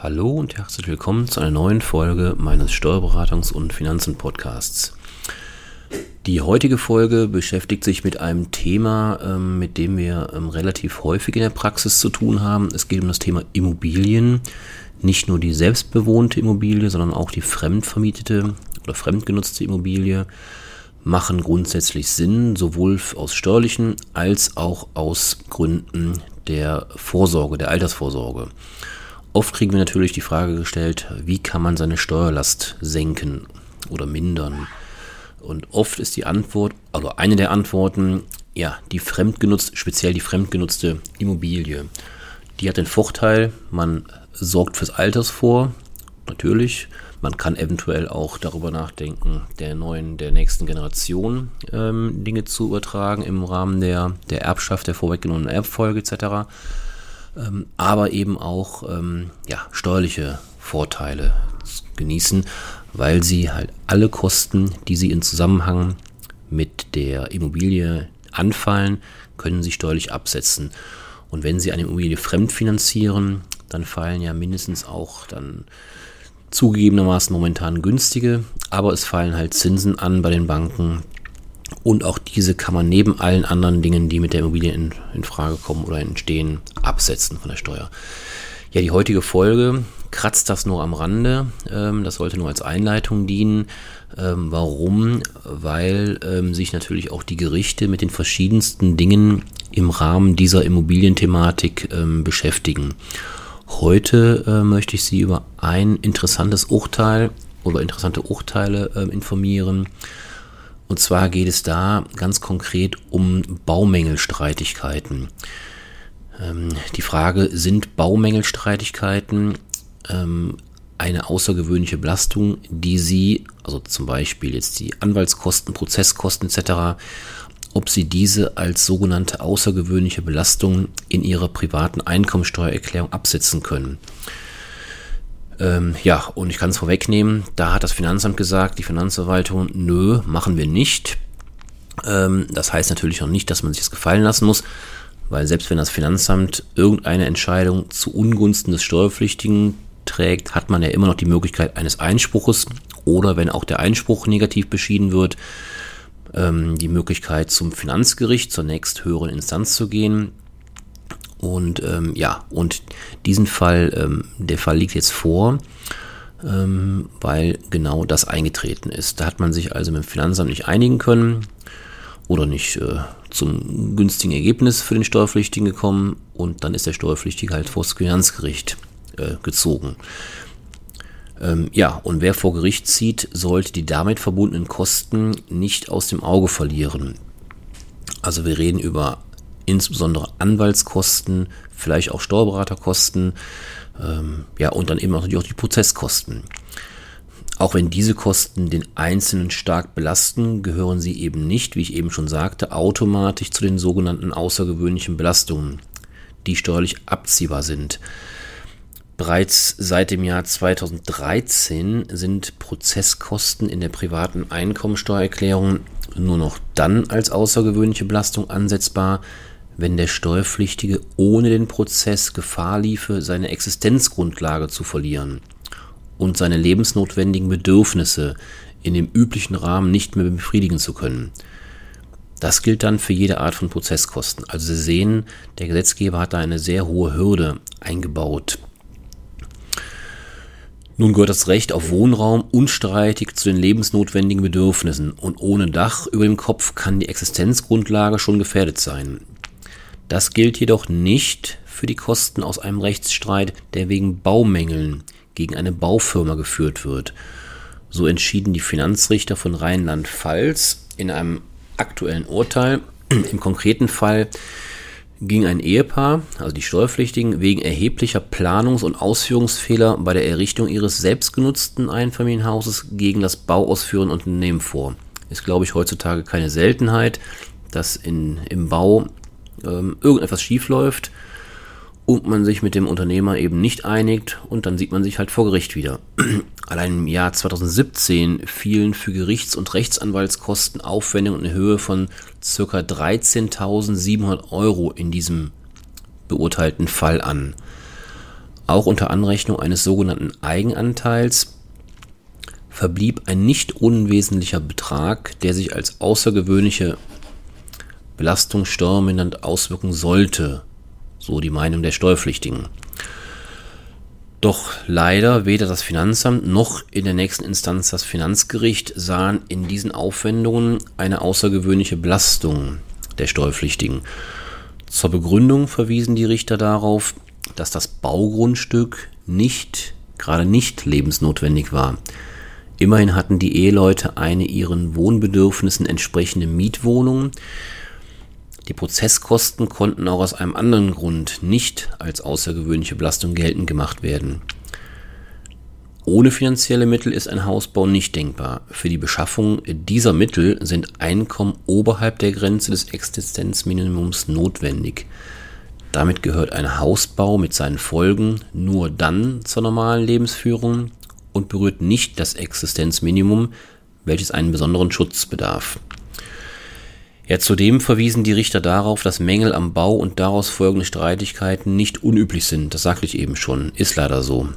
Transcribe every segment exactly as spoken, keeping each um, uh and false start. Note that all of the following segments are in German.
Hallo und herzlich willkommen zu einer neuen Folge meines Steuerberatungs- und Finanzen-Podcasts. Die heutige Folge beschäftigt sich mit einem Thema, ähm, mit dem wir ähm, relativ häufig in der Praxis zu tun haben. Es geht um das Thema Immobilien. Nicht nur die selbstbewohnte Immobilie, sondern auch die fremdvermietete oder fremdgenutzte Immobilie machen grundsätzlich Sinn, sowohl aus steuerlichen als auch aus Gründen der Vorsorge, der Altersvorsorge. Oft kriegen wir natürlich die Frage gestellt, wie kann man seine Steuerlast senken oder mindern? Und oft ist die Antwort, also eine der Antworten, ja, die fremdgenutzt, speziell die fremdgenutzte Immobilie. Die hat den Vorteil, man sorgt fürs Alters vor, natürlich. Man kann eventuell auch darüber nachdenken, der neuen, der nächsten Generation ähm, Dinge zu übertragen im Rahmen der, der Erbschaft, der vorweggenommenen Erbfolge et cetera. Ähm, aber eben auch ähm, ja, steuerliche Vorteile genießen, weil sie halt alle Kosten, die sie in Zusammenhang mit der Immobilie anfallen, können sie steuerlich absetzen. Und wenn sie eine Immobilie fremdfinanzieren, dann fallen ja mindestens auch dann zugegebenermaßen momentan günstige, aber es fallen halt Zinsen an bei den Banken und auch diese kann man neben allen anderen Dingen, die mit der Immobilie in, in Frage kommen oder entstehen, absetzen von der Steuer. Ja, die heutige Folge kratzt das nur am Rande, ähm, das sollte nur als Einleitung dienen. Ähm, warum? Weil ähm, sich natürlich auch die Gerichte mit den verschiedensten Dingen im Rahmen dieser Immobilienthematik ähm, beschäftigen. Heute äh, möchte ich Sie über ein interessantes Urteil oder interessante Urteile äh, informieren. Und zwar geht es da ganz konkret um Baumängelstreitigkeiten. Ähm, die Frage, sind Baumängelstreitigkeiten ähm, eine außergewöhnliche Belastung, die Sie, also zum Beispiel jetzt die Anwaltskosten, Prozesskosten et cetera, ob Sie diese als sogenannte außergewöhnliche Belastung in Ihrer privaten Einkommensteuererklärung absetzen können. Ähm, ja, und ich kann es vorwegnehmen, da hat das Finanzamt gesagt, die Finanzverwaltung, nö, machen wir nicht. Ähm, das heißt natürlich auch nicht, dass man sich das gefallen lassen muss, weil selbst wenn das Finanzamt irgendeine Entscheidung zu Ungunsten des Steuerpflichtigen trägt, hat man ja immer noch die Möglichkeit eines Einspruches oder wenn auch der Einspruch negativ beschieden wird, ähm, die Möglichkeit zum Finanzgericht, zur nächsthöheren Instanz zu gehen. Und ähm, ja, und diesen Fall, ähm, der Fall liegt jetzt vor, ähm, weil genau das eingetreten ist. Da hat man sich also mit dem Finanzamt nicht einigen können oder nicht äh, zum günstigen Ergebnis für den Steuerpflichtigen gekommen und dann ist der Steuerpflichtige halt vor das Finanzgericht äh, gezogen. Ähm, ja, und wer vor Gericht zieht, sollte die damit verbundenen Kosten nicht aus dem Auge verlieren. Also wir reden über insbesondere Anwaltskosten, vielleicht auch Steuerberaterkosten, ähm, ja, und dann eben natürlich auch die Prozesskosten. Auch wenn diese Kosten den Einzelnen stark belasten, gehören sie eben nicht, wie ich eben schon sagte, automatisch zu den sogenannten außergewöhnlichen Belastungen, die steuerlich abziehbar sind. Bereits seit dem Jahr zweitausenddreizehn sind Prozesskosten in der privaten Einkommensteuererklärung nur noch dann als außergewöhnliche Belastung ansetzbar, wenn der Steuerpflichtige ohne den Prozess Gefahr liefe, seine Existenzgrundlage zu verlieren und seine lebensnotwendigen Bedürfnisse in dem üblichen Rahmen nicht mehr befriedigen zu können. Das gilt dann für jede Art von Prozesskosten. Also Sie sehen, der Gesetzgeber hat da eine sehr hohe Hürde eingebaut. Nun gehört das Recht auf Wohnraum unstreitig zu den lebensnotwendigen Bedürfnissen und ohne Dach über dem Kopf kann die Existenzgrundlage schon gefährdet sein. Das gilt jedoch nicht für die Kosten aus einem Rechtsstreit, der wegen Baumängeln gegen eine Baufirma geführt wird. So entschieden die Finanzrichter von Rheinland-Pfalz in einem aktuellen Urteil. Im konkreten Fall ging ein Ehepaar, also die Steuerpflichtigen, wegen erheblicher Planungs- und Ausführungsfehler bei der Errichtung ihres selbstgenutzten Einfamilienhauses gegen das bauausführende Unternehmen vor. Ist, glaube ich, heutzutage keine Seltenheit, dass in, im Bau ähm, irgendetwas schief läuft und man sich mit dem Unternehmer eben nicht einigt und dann sieht man sich halt vor Gericht wieder. Allein im Jahr zweitausendsiebzehn fielen für Gerichts- und Rechtsanwaltskosten Aufwendungen in Höhe von ca. dreizehntausendsiebenhundert Euro in diesem beurteilten Fall an. Auch unter Anrechnung eines sogenannten Eigenanteils verblieb ein nicht unwesentlicher Betrag, der sich als außergewöhnliche Belastung steuermindernd auswirken sollte, so die Meinung der Steuerpflichtigen. Doch leider weder das Finanzamt noch in der nächsten Instanz das Finanzgericht sahen in diesen Aufwendungen eine außergewöhnliche Belastung der Steuerpflichtigen. Zur Begründung verwiesen die Richter darauf, dass das Baugrundstück nicht, gerade nicht lebensnotwendig war. Immerhin hatten die Eheleute eine ihren Wohnbedürfnissen entsprechende Mietwohnung. Die Prozesskosten konnten auch aus einem anderen Grund nicht als außergewöhnliche Belastung geltend gemacht werden. Ohne finanzielle Mittel ist ein Hausbau nicht denkbar. Für die Beschaffung dieser Mittel sind Einkommen oberhalb der Grenze des Existenzminimums notwendig. Damit gehört ein Hausbau mit seinen Folgen nur dann zur normalen Lebensführung und berührt nicht das Existenzminimum, welches einen besonderen Schutz bedarf. Ja, zudem verwiesen die Richter darauf, dass Mängel am Bau und daraus folgende Streitigkeiten nicht unüblich sind. Das sagte ich eben schon, ist leider so.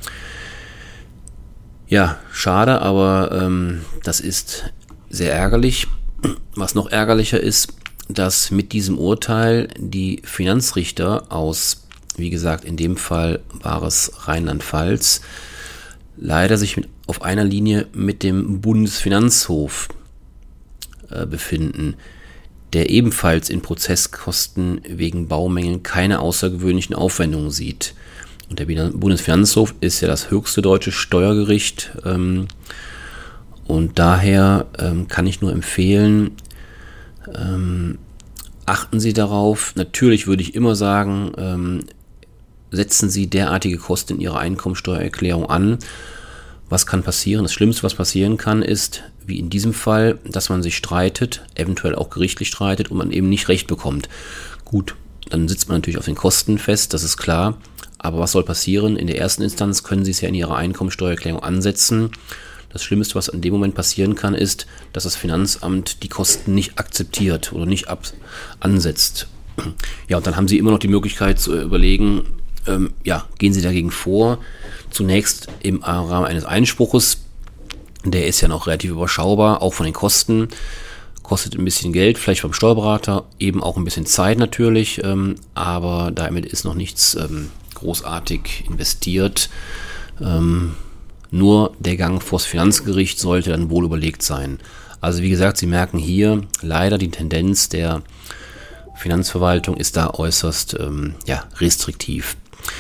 Ja, schade, aber ähm, das ist sehr ärgerlich. Was noch ärgerlicher ist, dass mit diesem Urteil die Finanzrichter aus, wie gesagt, in dem Fall war es Rheinland-Pfalz, leider sich mit, auf einer Linie mit dem Bundesfinanzhof äh, befinden, der ebenfalls in Prozesskosten wegen Baumängeln keine außergewöhnlichen Aufwendungen sieht. Und der Bundesfinanzhof ist ja das höchste deutsche Steuergericht ähm, und daher ähm, kann ich nur empfehlen, ähm, achten Sie darauf. Natürlich würde ich immer sagen, ähm, setzen Sie derartige Kosten in Ihrer Einkommensteuererklärung an. Was kann passieren? Das Schlimmste, was passieren kann, ist, wie in diesem Fall, dass man sich streitet, eventuell auch gerichtlich streitet und man eben nicht Recht bekommt. Gut, dann sitzt man natürlich auf den Kosten fest, das ist klar. Aber was soll passieren? In der ersten Instanz können Sie es ja in Ihrer Einkommensteuererklärung ansetzen. Das Schlimmste, was in dem Moment passieren kann, ist, dass das Finanzamt die Kosten nicht akzeptiert oder nicht ab ansetzt. Ja, und dann haben Sie immer noch die Möglichkeit zu überlegen, ähm, ja, gehen Sie dagegen vor. Zunächst im Rahmen eines Einspruches, der ist ja noch relativ überschaubar, auch von den Kosten, kostet ein bisschen Geld, vielleicht beim Steuerberater, eben auch ein bisschen Zeit natürlich, ähm, aber damit ist noch nichts ähm, großartig investiert. Ähm, nur der Gang vors Finanzgericht sollte dann wohl überlegt sein. Also wie gesagt, Sie merken hier leider die Tendenz der Finanzverwaltung ist da äußerst ähm, ja, restriktiv.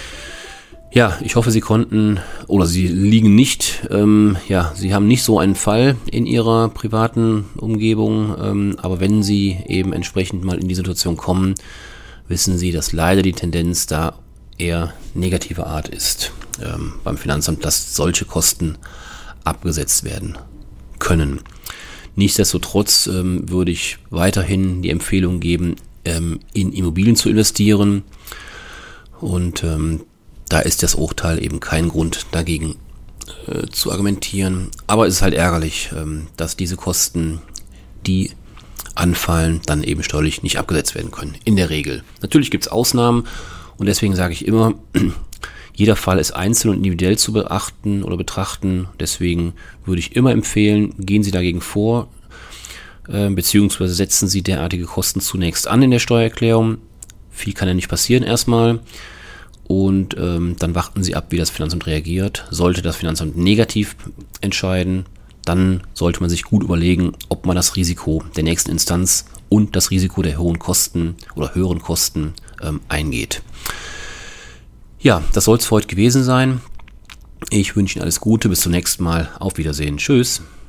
Ja, ich hoffe, Sie konnten oder Sie liegen nicht, ähm, ja, Sie haben nicht so einen Fall in Ihrer privaten Umgebung, ähm, aber wenn Sie eben entsprechend mal in die Situation kommen, wissen Sie, dass leider die Tendenz da eher negativer Art ist ähm, beim Finanzamt, dass solche Kosten abgesetzt werden können. Nichtsdestotrotz ähm, würde ich weiterhin die Empfehlung geben, ähm, in Immobilien zu investieren und ähm, da ist das Urteil eben kein Grund dagegen äh, zu argumentieren. Aber es ist halt ärgerlich, ähm, dass diese Kosten, die anfallen, dann eben steuerlich nicht abgesetzt werden können. In der Regel. Natürlich gibt es Ausnahmen und deswegen sage ich immer, jeder Fall ist einzeln und individuell zu beachten oder betrachten. Deswegen würde ich immer empfehlen, gehen Sie dagegen vor, äh, beziehungsweise setzen Sie derartige Kosten zunächst an in der Steuererklärung. Viel kann ja nicht passieren erstmal. Und ähm, dann warten Sie ab, wie das Finanzamt reagiert. Sollte das Finanzamt negativ entscheiden, dann sollte man sich gut überlegen, ob man das Risiko der nächsten Instanz und das Risiko der hohen Kosten oder höheren Kosten ähm, eingeht. Ja, das soll es für heute gewesen sein. Ich wünsche Ihnen alles Gute. Bis zum nächsten Mal. Auf Wiedersehen. Tschüss.